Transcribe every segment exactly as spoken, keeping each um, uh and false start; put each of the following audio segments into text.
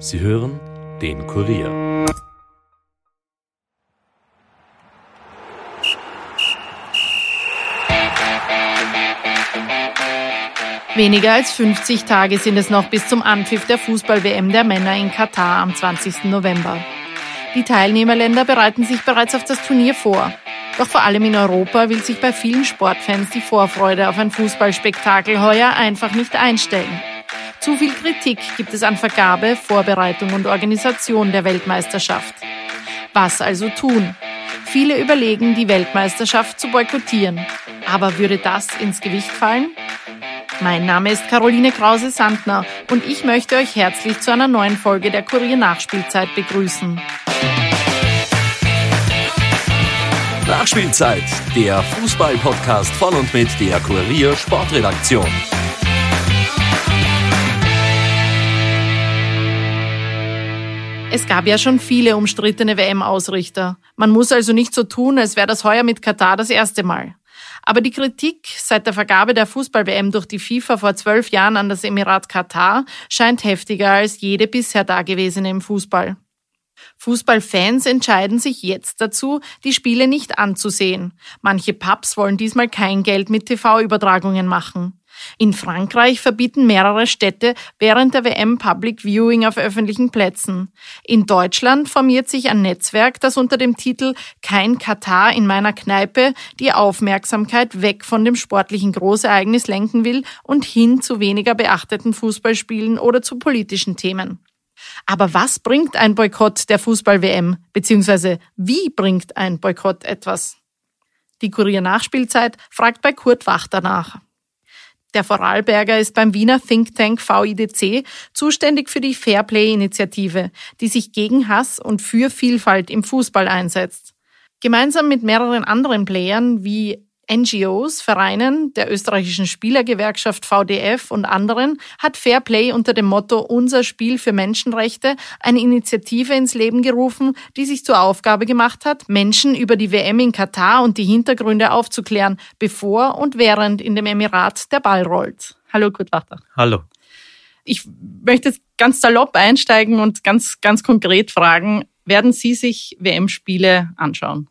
Sie hören den Kurier. Weniger als fünfzig Tage sind es noch bis zum Anpfiff der Fußball-W M der Männer in Katar am zwanzigsten November. Die Teilnehmerländer bereiten sich bereits auf das Turnier vor. Doch vor allem in Europa will sich bei vielen Sportfans die Vorfreude auf ein Fußballspektakel heuer einfach nicht einstellen. Zu viel Kritik gibt es an Vergabe, Vorbereitung und Organisation der Weltmeisterschaft. Was also tun? Viele überlegen, die Weltmeisterschaft zu boykottieren. Aber würde das ins Gewicht fallen? Mein Name ist Caroline Krause-Sandner und ich möchte euch herzlich zu einer neuen Folge der Kurier-Nachspielzeit begrüßen. Nachspielzeit, der Fußball-Podcast von und mit der Kurier-Sportredaktion. Es gab ja schon viele umstrittene W M-Ausrichter. Man muss also nicht so tun, als wäre das heuer mit Katar das erste Mal. Aber die Kritik seit der Vergabe der Fußball-W M durch die FIFA vor zwölf Jahren an das Emirat Katar scheint heftiger als jede bisher dagewesene im Fußball. Fußballfans entscheiden sich jetzt dazu, die Spiele nicht anzusehen. Manche Pubs wollen diesmal kein Geld mit T V-Übertragungen machen. In Frankreich verbieten mehrere Städte während der W M Public Viewing auf öffentlichen Plätzen. In Deutschland formiert sich ein Netzwerk, das unter dem Titel Kein Katar in meiner Kneipe die Aufmerksamkeit weg von dem sportlichen Großereignis lenken will und hin zu weniger beachteten Fußballspielen oder zu politischen Themen. Aber was bringt ein Boykott der Fußball-W M, beziehungsweise wie bringt ein Boykott etwas? Die Kurier-Nachspielzeit fragt bei Kurt Wachter nach. Der Vorarlberger ist beim Wiener Think Tank V I D C zuständig für die Fairplay-Initiative, die sich gegen Hass und für Vielfalt im Fußball einsetzt. Gemeinsam mit mehreren anderen Playern wie N G Os, Vereinen, der österreichischen Spielergewerkschaft V D F und anderen hat Fairplay unter dem Motto Unser Spiel für Menschenrechte eine Initiative ins Leben gerufen, die sich zur Aufgabe gemacht hat, Menschen über die W M in Katar und die Hintergründe aufzuklären, bevor und während in dem Emirat der Ball rollt. Hallo Kurt Wachter. Hallo. Ich möchte jetzt ganz salopp einsteigen und ganz, ganz konkret fragen, werden Sie sich W M-Spiele anschauen?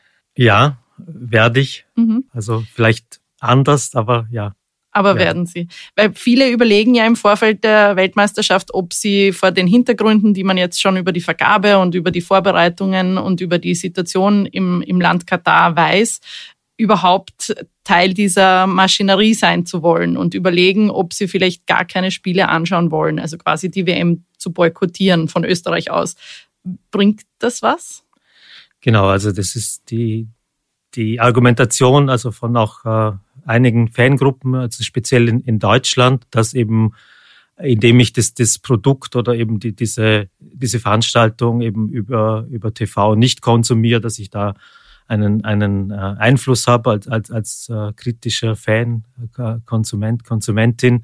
Ja, werde ich. Mhm. Also vielleicht anders, aber ja. Aber ja. werden Sie. Weil viele überlegen ja im Vorfeld der Weltmeisterschaft, ob sie vor den Hintergründen, die man jetzt schon über die Vergabe und über die Vorbereitungen und über die Situation im, im Land Katar weiß, überhaupt Teil dieser Maschinerie sein zu wollen und überlegen, ob sie vielleicht gar keine Spiele anschauen wollen. Also quasi die W M zu boykottieren von Österreich aus. Bringt das was? Genau, also das ist die Die Argumentation also von auch äh, einigen Fangruppen, also speziell in, in Deutschland, dass eben, indem ich das, das Produkt oder eben die, diese, diese Veranstaltung eben über, über T V nicht konsumiere, dass ich da einen, einen äh, Einfluss habe als, als, als äh, kritischer Fan, äh, Konsument, Konsumentin.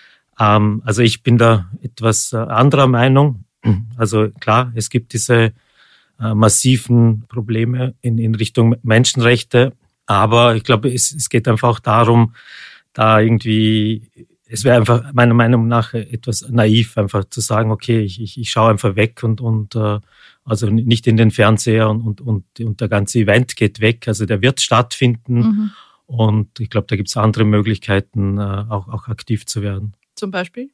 Ähm, also ich bin da etwas äh, anderer Meinung. Also klar, es gibt diese massiven Probleme in, in Richtung Menschenrechte. Aber ich glaube, es, es geht einfach auch darum, da irgendwie, es wäre einfach meiner Meinung nach etwas naiv, einfach zu sagen, okay, ich, ich, ich schaue einfach weg und, und äh, also nicht in den Fernseher und, und, und, und der ganze Event geht weg. Also der wird stattfinden. Mhm. Und ich glaube, da gibt es andere Möglichkeiten, äh, auch, auch aktiv zu werden. Zum Beispiel?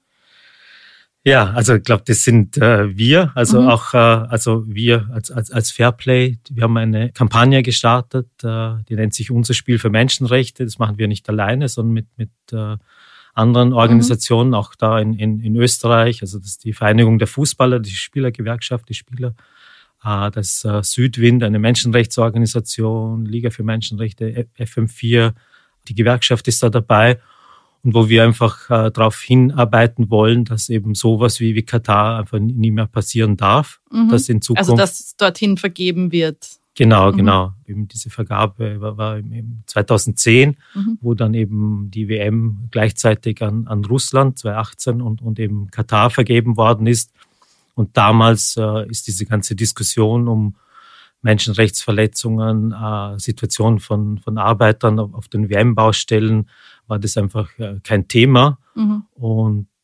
Ja, also ich glaube, das sind äh, wir, also mhm. auch äh, also wir als, als als Fairplay. Wir haben eine Kampagne gestartet, äh, die nennt sich Unser Spiel für Menschenrechte. Das machen wir nicht alleine, sondern mit mit äh, anderen Organisationen, mhm. auch da in, in in Österreich. Also das ist die Vereinigung der Fußballer, die Spielergewerkschaft, die Spieler. Äh, das äh, Südwind, eine Menschenrechtsorganisation, Liga für Menschenrechte, F M vier. Die Gewerkschaft ist da dabei. Und wo wir einfach äh, darauf hinarbeiten wollen, dass eben sowas wie, wie Katar einfach nie mehr passieren darf. Mhm. Dass in Zukunft, also dass es dorthin vergeben wird. Genau, mhm. genau. Eben diese Vergabe war, war im zweitausendzehn, mhm. wo dann eben die W M gleichzeitig an, an Russland zweitausendachtzehn und, und eben Katar vergeben worden ist. Und damals äh, ist diese ganze Diskussion um Menschenrechtsverletzungen, äh, Situation von, von Arbeitern auf, auf den W M-Baustellen, war das einfach äh, kein Thema. Mhm. Und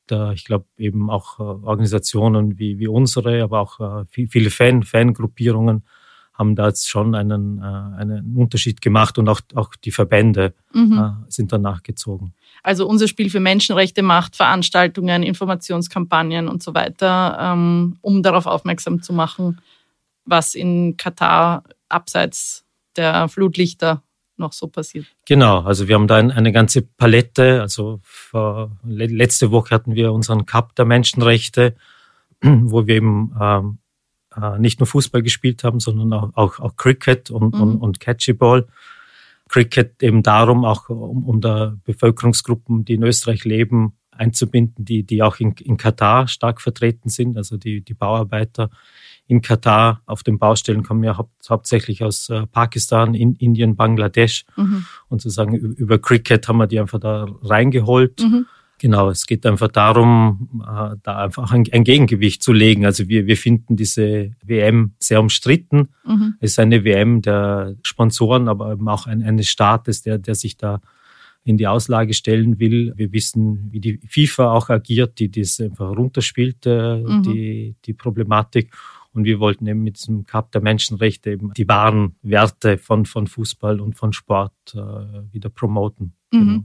äh, ich glaube eben auch äh, Organisationen wie, wie unsere, aber auch äh, viel, viele Fan, Fangruppierungen haben da jetzt schon einen, äh, einen Unterschied gemacht und auch, auch die Verbände mhm. äh, sind dann nachgezogen. Also unser Spiel für Menschenrechte macht Veranstaltungen, Informationskampagnen und so weiter, ähm, um darauf aufmerksam zu machen, was in Katar abseits der Flutlichter noch so passiert. Genau, also wir haben da eine ganze Palette. Also vor, letzte Woche hatten wir unseren Cup der Menschenrechte, wo wir eben ähm, äh, nicht nur Fußball gespielt haben, sondern auch, auch, auch Cricket und, mhm. und, und Catchyball. Cricket eben darum, auch um, um da Bevölkerungsgruppen, die in Österreich leben, einzubinden, die, die auch in, in Katar stark vertreten sind, also die, die Bauarbeiter in Katar auf den Baustellen kommen ja hau- hauptsächlich aus äh, Pakistan, in, Indien, Bangladesch. Mhm. Und sozusagen über Cricket haben wir die einfach da reingeholt. Mhm. Genau, es geht einfach darum, äh, da einfach ein, ein Gegengewicht zu legen. Also wir, wir finden diese W M sehr umstritten. Mhm. Es ist eine W M der Sponsoren, aber eben auch ein, eines Staates, der, der sich da in die Auslage stellen will. Wir wissen, wie die FIFA auch agiert, die das einfach runterspielt, äh, mhm. die, die Problematik. Und wir wollten eben mit diesem Cup der Menschenrechte eben die wahren Werte von, von Fußball und von Sport äh, wieder promoten. Mhm. Genau.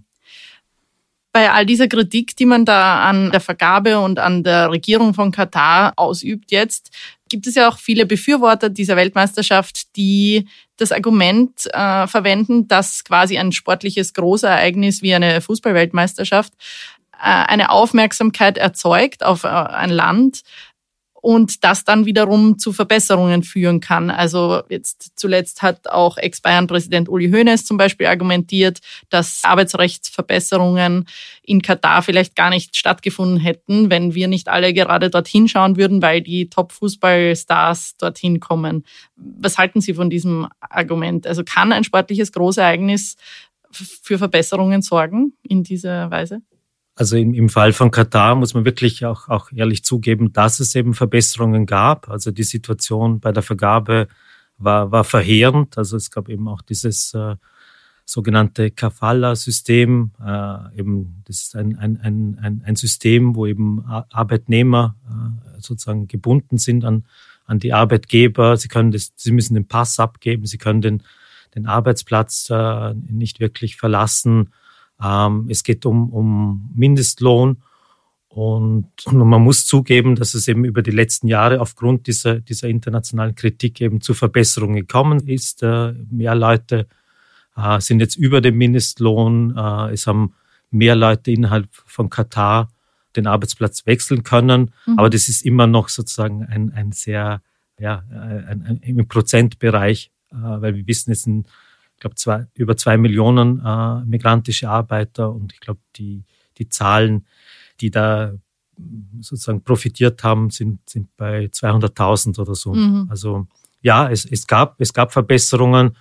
Bei all dieser Kritik, die man da an der Vergabe und an der Regierung von Katar ausübt jetzt, gibt es ja auch viele Befürworter dieser Weltmeisterschaft, die das Argument äh, verwenden, dass quasi ein sportliches Großereignis wie eine Fußball-Weltmeisterschaft äh, eine Aufmerksamkeit erzeugt auf äh, ein Land, und das dann wiederum zu Verbesserungen führen kann. Also jetzt zuletzt hat auch Ex-Bayern-Präsident Uli Hoeneß zum Beispiel argumentiert, dass Arbeitsrechtsverbesserungen in Katar vielleicht gar nicht stattgefunden hätten, wenn wir nicht alle gerade dorthin schauen würden, weil die Top-Fußballstars dorthin kommen. Was halten Sie von diesem Argument? Also kann ein sportliches Großereignis für Verbesserungen sorgen in dieser Weise? Also im, im Fall von Katar muss man wirklich auch, auch ehrlich zugeben, dass es eben Verbesserungen gab. Also die Situation bei der Vergabe war, war verheerend. Also es gab eben auch dieses äh, sogenannte Kafala-System. Äh, eben, das ist ein, ein, ein, ein System, wo eben Arbeitnehmer äh, sozusagen gebunden sind an, an die Arbeitgeber. Sie können das, sie müssen den Pass abgeben, sie können den, den Arbeitsplatz äh, nicht wirklich verlassen. Es geht um, um Mindestlohn und, und man muss zugeben, dass es eben über die letzten Jahre aufgrund dieser, dieser internationalen Kritik eben zu Verbesserungen gekommen ist. Mehr Leute sind jetzt über dem Mindestlohn. Es haben mehr Leute innerhalb von Katar den Arbeitsplatz wechseln können. Mhm. Aber das ist immer noch sozusagen ein, ein sehr, ja, ein, ein, im Prozentbereich, weil wir wissen, es sind ich glaube, zwei, über zwei Millionen äh, migrantische Arbeiter und ich glaube, die, die Zahlen, die da sozusagen profitiert haben, sind, sind bei zweihunderttausend oder so. Mhm. Also ja, es, es gab, es gab Verbesserungen,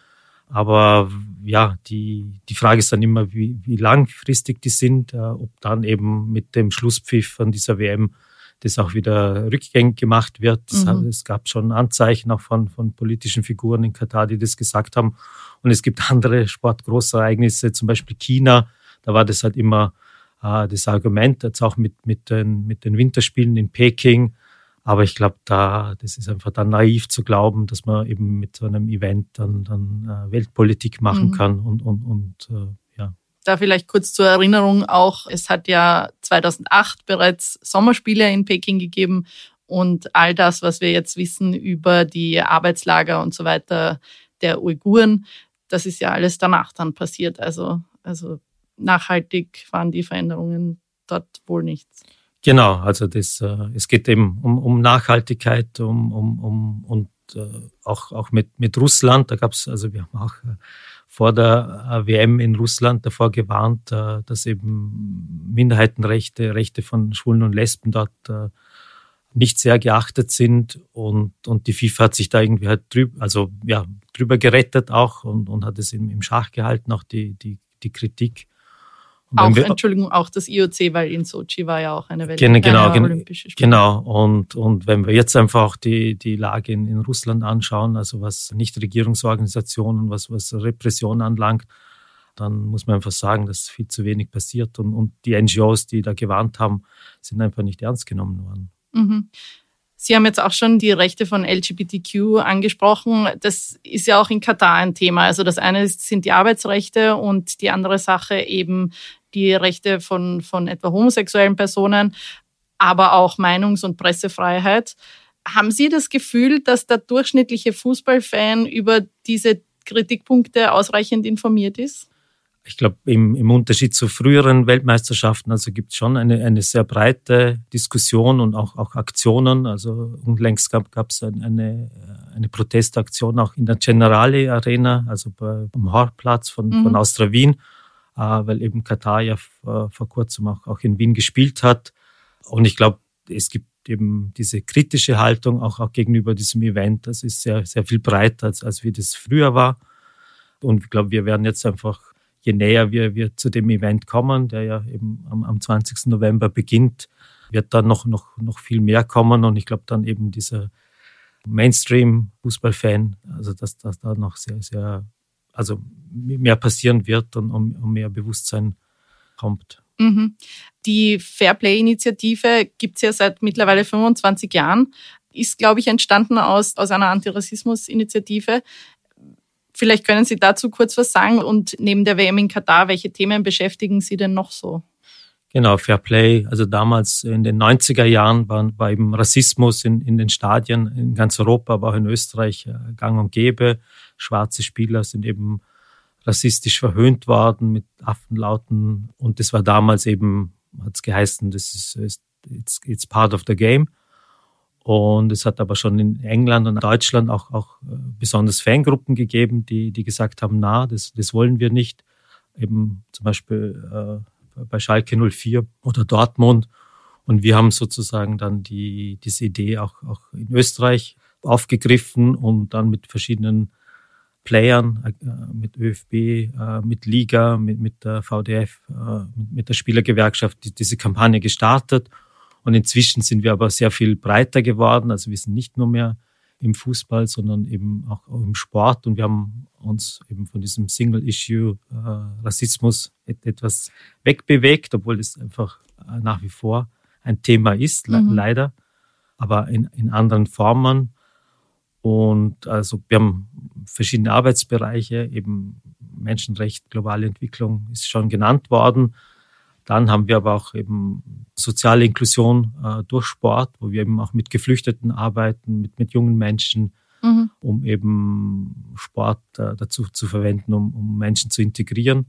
aber ja, die, die Frage ist dann immer, wie, wie langfristig die sind, äh, ob dann eben mit dem Schlusspfiff von dieser W M das auch wieder rückgängig gemacht wird. Mhm. Es gab schon Anzeichen auch von, von politischen Figuren in Katar, die das gesagt haben. Und es gibt andere Sportgroßereignisse, zum Beispiel China. Da war das halt immer äh, das Argument, jetzt auch mit, mit, den, mit den Winterspielen in Peking. Aber ich glaube, da, das ist einfach dann naiv zu glauben, dass man eben mit so einem Event dann, dann äh, Weltpolitik machen mhm. kann und, und, und äh, ja. Da vielleicht kurz zur Erinnerung auch, es hat ja zweitausendacht bereits Sommerspiele in Peking gegeben und all das, was wir jetzt wissen über die Arbeitslager und so weiter der Uiguren, das ist ja alles danach dann passiert. Also, also nachhaltig waren die Veränderungen dort wohl nichts. Genau, also das, äh, es geht eben um, um Nachhaltigkeit, um, um, um und äh, auch, auch mit, mit Russland. Da gab es, also wir haben auch äh, vor der W M in Russland davor gewarnt, äh, dass eben Minderheitenrechte, Rechte von Schwulen und Lesben dort äh, nicht sehr geachtet sind und, und die FIFA hat sich da irgendwie halt drüber, also ja, drüber gerettet auch und, und hat es im, im Schach gehalten, auch die, die, die Kritik. Auch, wir, Entschuldigung, auch das I O C, weil in Sochi war ja auch eine Welt, genau, genau, eine olympische Spiele. Genau, und, und wenn wir jetzt einfach auch die, die Lage in, in Russland anschauen, also was Nichtregierungsorganisationen, was, was Repression anlangt, dann muss man einfach sagen, dass viel zu wenig passiert und, und die N G Os, die da gewarnt haben, sind einfach nicht ernst genommen worden. Mhm. Sie haben jetzt auch schon die Rechte von L G B T Q angesprochen. Das ist ja auch in Katar ein Thema. Also das eine sind die Arbeitsrechte und die andere Sache eben die Rechte von, von etwa homosexuellen Personen, aber auch Meinungs- und Pressefreiheit. Haben Sie das Gefühl, dass der durchschnittliche Fußballfan über diese Kritikpunkte ausreichend informiert ist? Ich glaube, im, im Unterschied zu früheren Weltmeisterschaften, also gibt es schon eine, eine sehr breite Diskussion und auch, auch Aktionen. Also unlängst gab es eine, eine Protestaktion auch in der Generali Arena, also bei, am Hauptplatz von, mhm. von Austria Wien, äh, weil eben Katar ja vor, vor kurzem auch, auch in Wien gespielt hat. Und ich glaube, es gibt eben diese kritische Haltung auch, auch gegenüber diesem Event. Das ist sehr, sehr viel breiter, als, als wie das früher war. Und ich glaube, wir werden jetzt einfach, je näher wir, wir zu dem Event kommen, der ja eben am, am zwanzigsten November beginnt, wird dann noch, noch, noch viel mehr kommen. Und ich glaube dann eben dieser Mainstream-Fußballfan, also dass, dass da noch sehr, sehr, also mehr passieren wird und um, um mehr Bewusstsein kommt. Mhm. Die Fairplay-Initiative gibt es ja seit mittlerweile fünfundzwanzig Jahren, ist, glaube ich, entstanden aus, aus einer Antirassismus-Initiative. Vielleicht können Sie dazu kurz was sagen und neben der W M in Katar, welche Themen beschäftigen Sie denn noch so? Genau, Fairplay. Also damals in den neunziger Jahren war, war eben Rassismus in, in den Stadien in ganz Europa, aber auch in Österreich gang und gäbe. Schwarze Spieler sind eben rassistisch verhöhnt worden mit Affenlauten. Und das war damals eben, hat es geheißen, das ist, ist it's, it's part of the game. Und es hat aber schon in England und Deutschland auch, auch besonders Fangruppen gegeben, die, die gesagt haben, na, das, das wollen wir nicht. Eben zum Beispiel äh, bei Schalke null vier oder Dortmund. Und wir haben sozusagen dann die, diese Idee auch, auch in Österreich aufgegriffen und dann mit verschiedenen Playern, äh, mit ÖFB, äh, mit Liga, mit, mit der V D F, äh, mit, mit der Spielergewerkschaft die, diese Kampagne gestartet. Und inzwischen sind wir aber sehr viel breiter geworden. Also wir sind nicht nur mehr im Fußball, sondern eben auch im Sport. Und wir haben uns eben von diesem Single-Issue-Rassismus etwas wegbewegt, obwohl es einfach nach wie vor ein Thema ist, mhm. leider, aber in, in anderen Formen. Und also wir haben verschiedene Arbeitsbereiche, eben Menschenrecht, globale Entwicklung ist schon genannt worden. Dann haben wir aber auch eben soziale Inklusion äh, durch Sport, wo wir eben auch mit Geflüchteten arbeiten, mit, mit jungen Menschen, mhm. um eben Sport äh, dazu zu verwenden, um, um Menschen zu integrieren.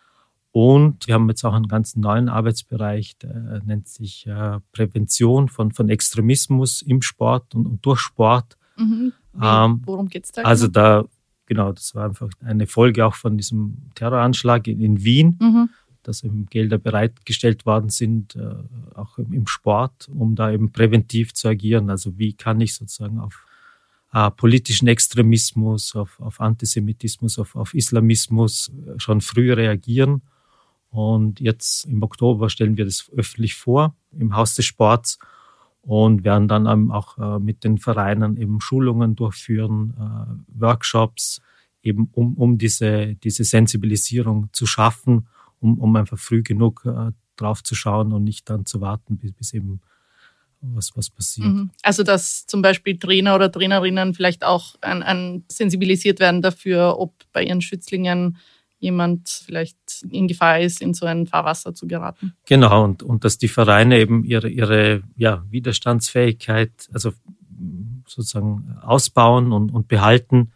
Und wir haben jetzt auch einen ganz neuen Arbeitsbereich, der nennt sich äh, Prävention von, von Extremismus im Sport und, und durch Sport. Mhm. Wie, ähm, worum geht's da? Also da, genau, das war einfach eine Folge auch von diesem Terroranschlag in, in Wien. Mhm. dass eben Gelder bereitgestellt worden sind, äh, auch im, im Sport, um da eben präventiv zu agieren. Also wie kann ich sozusagen auf äh, politischen Extremismus, auf, auf Antisemitismus, auf, auf Islamismus schon früh reagieren. Und jetzt im Oktober stellen wir das öffentlich vor im Haus des Sports und werden dann ähm, auch äh, mit den Vereinen eben Schulungen durchführen, äh, Workshops, eben um, um diese, diese Sensibilisierung zu schaffen, Um, um einfach früh genug äh, drauf zu schauen und nicht dann zu warten, bis, bis eben was, was passiert. Also dass zum Beispiel Trainer oder Trainerinnen vielleicht auch ein, ein sensibilisiert werden dafür, ob bei ihren Schützlingen jemand vielleicht in Gefahr ist, in so ein Fahrwasser zu geraten. Genau, und, und dass die Vereine eben ihre, ihre ja, Widerstandsfähigkeit also sozusagen ausbauen und, und behalten.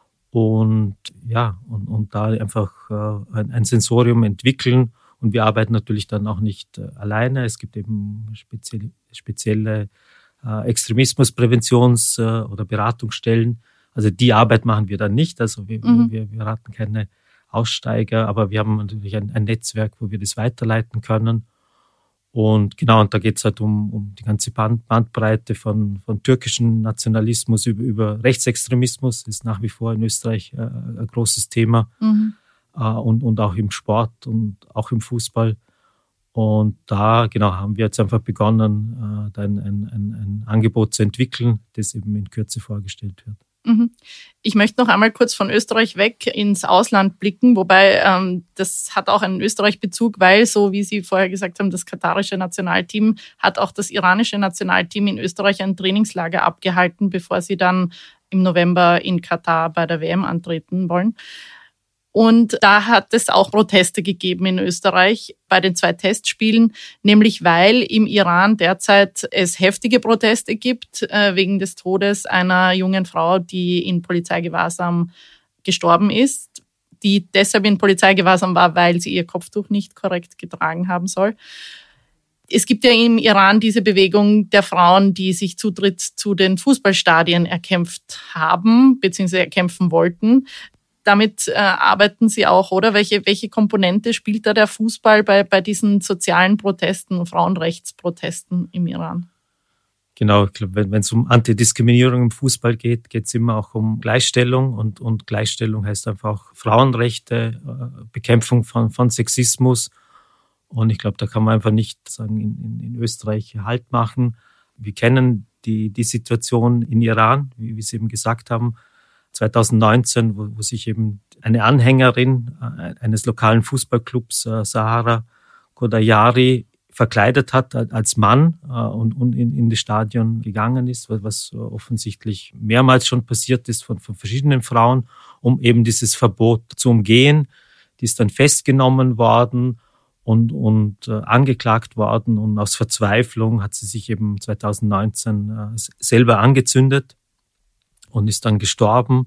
Und ja, und, und da einfach äh, ein, ein Sensorium entwickeln. Und wir arbeiten natürlich dann auch nicht äh, alleine. Es gibt eben spezielle, spezielle äh, Extremismuspräventions- äh, oder Beratungsstellen. Also die Arbeit machen wir dann nicht. Also wir, mhm. wir, wir beraten keine Aussteiger, aber wir haben natürlich ein, ein Netzwerk, wo wir das weiterleiten können. Und genau, und da geht es halt um, um die ganze Band, Bandbreite von, von türkischen Nationalismus über, über Rechtsextremismus, ist nach wie vor in Österreich äh, ein großes Thema. Mhm. Äh, und, und auch im Sport und auch im Fußball. Und da, genau, haben wir jetzt einfach begonnen, äh, da ein, ein, ein Angebot zu entwickeln, das eben in Kürze vorgestellt wird. Mhm. Ich möchte noch einmal kurz von Österreich weg ins Ausland blicken, wobei ähm, das hat auch einen Österreich-Bezug, weil, so wie Sie vorher gesagt haben, das katarische Nationalteam hat auch das iranische Nationalteam in Österreich ein Trainingslager abgehalten, bevor sie dann im November in Katar bei der W M antreten wollen. Und da hat es auch Proteste gegeben in Österreich bei den zwei Testspielen, nämlich weil im Iran derzeit es heftige Proteste gibt äh, wegen des Todes einer jungen Frau, die in Polizeigewahrsam gestorben ist, die deshalb in Polizeigewahrsam war, weil sie ihr Kopftuch nicht korrekt getragen haben soll. Es gibt ja im Iran diese Bewegung der Frauen, die sich Zutritt zu den Fußballstadien erkämpft haben bzw. erkämpfen wollten. Damit äh, arbeiten Sie auch, oder? Welche, welche Komponente spielt da der Fußball bei, bei diesen sozialen Protesten, Frauenrechtsprotesten im Iran? Genau, ich glaube, wenn es um Antidiskriminierung im Fußball geht, geht es immer auch um Gleichstellung. Und, und Gleichstellung heißt einfach auch Frauenrechte, äh, Bekämpfung von, von Sexismus. Und ich glaube, da kann man einfach nicht sagen, in, in, in Österreich Halt machen. Wir kennen die, die Situation in Iran, wie, wie Sie eben gesagt haben. zwanzig neunzehn, wo, wo sich eben eine Anhängerin äh, eines lokalen Fußballclubs, äh, Sahara Kodayari, verkleidet hat als Mann äh, und, und in, in das Stadion gegangen ist, was, was offensichtlich mehrmals schon passiert ist von, von verschiedenen Frauen, um eben dieses Verbot zu umgehen. Die ist dann festgenommen worden und, und äh, angeklagt worden, und aus Verzweiflung hat sie sich eben zwanzig neunzehn äh, selber angezündet und ist dann gestorben.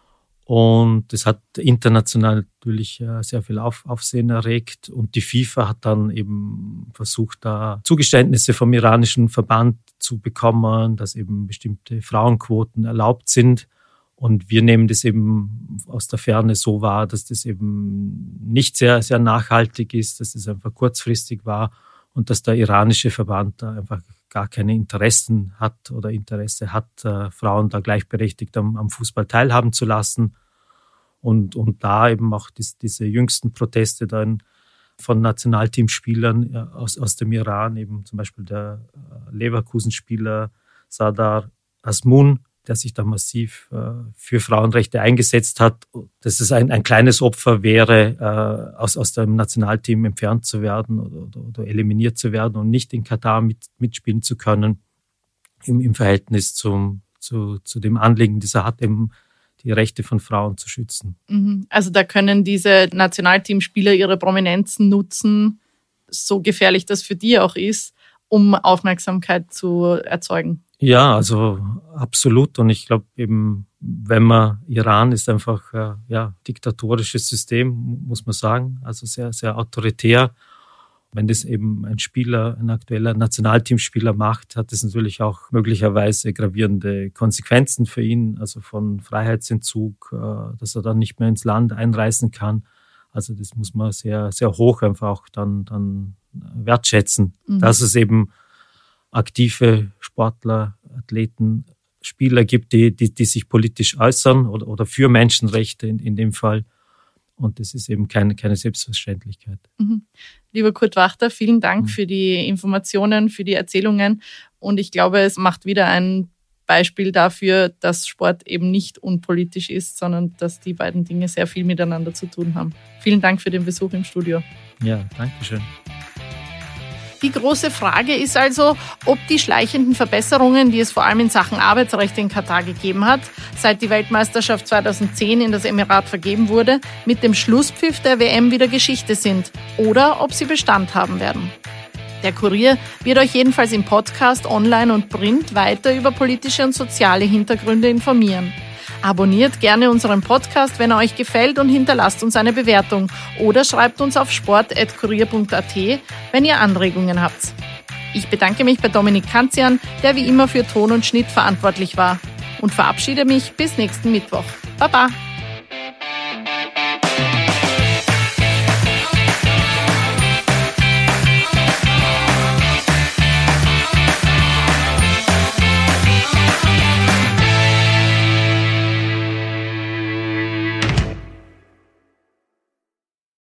Und das hat international natürlich sehr viel Auf, Aufsehen erregt. Und die FIFA hat dann eben versucht, da Zugeständnisse vom iranischen Verband zu bekommen, dass eben bestimmte Frauenquoten erlaubt sind. Und wir nehmen das eben aus der Ferne so wahr, dass das eben nicht sehr, sehr nachhaltig ist, dass das einfach kurzfristig war und dass der iranische Verband da einfach gar keine Interessen hat oder Interesse hat, äh, Frauen da gleichberechtigt am, am Fußball teilhaben zu lassen. Und, und da eben auch dies, diese jüngsten Proteste dann von Nationalteamspielern äh, aus, aus dem Iran, eben zum Beispiel der äh, Leverkusen-Spieler Sardar Azmoun, der sich da massiv äh, für Frauenrechte eingesetzt hat, dass es ein, ein kleines Opfer wäre, äh, aus, aus dem Nationalteam entfernt zu werden oder, oder, oder eliminiert zu werden und nicht in Katar mit, mitspielen zu können, im, im Verhältnis zum, zu, zu dem Anliegen, das er hat, eben die Rechte von Frauen zu schützen. Also da können diese Nationalteamspieler ihre Prominenzen nutzen, so gefährlich das für die auch ist, um Aufmerksamkeit zu erzeugen. Ja, also absolut. Und ich glaube eben, wenn man, Iran ist einfach äh, ja diktatorisches System, muss man sagen, also sehr, sehr autoritär. Wenn das eben ein Spieler, ein aktueller Nationalteamspieler macht, hat das natürlich auch möglicherweise gravierende Konsequenzen für ihn, also von Freiheitsentzug, äh, dass er dann nicht mehr ins Land einreisen kann. Also das muss man sehr, sehr hoch einfach auch dann, dann wertschätzen, mhm. dass es eben aktive Sportler, Athleten, Spieler gibt, die, die, die sich politisch äußern oder, oder für Menschenrechte in, in dem Fall. Und das ist eben keine, keine Selbstverständlichkeit. Mhm. Lieber Kurt Wachter, vielen Dank mhm. für die Informationen, für die Erzählungen. Und ich glaube, es macht wieder ein Beispiel dafür, dass Sport eben nicht unpolitisch ist, sondern dass die beiden Dinge sehr viel miteinander zu tun haben. Vielen Dank für den Besuch im Studio. Ja, danke schön. Die große Frage ist also, ob die schleichenden Verbesserungen, die es vor allem in Sachen Arbeitsrechte in Katar gegeben hat, seit die Weltmeisterschaft zweitausendzehn in das Emirat vergeben wurde, mit dem Schlusspfiff der W M wieder Geschichte sind oder ob sie Bestand haben werden. Der Kurier wird euch jedenfalls im Podcast, online und Print weiter über politische und soziale Hintergründe informieren. Abonniert gerne unseren Podcast, wenn er euch gefällt, und hinterlasst uns eine Bewertung oder schreibt uns auf sport at kurier punkt at, wenn ihr Anregungen habt. Ich bedanke mich bei Dominik Kanzian, der wie immer für Ton und Schnitt verantwortlich war, und verabschiede mich bis nächsten Mittwoch. Baba!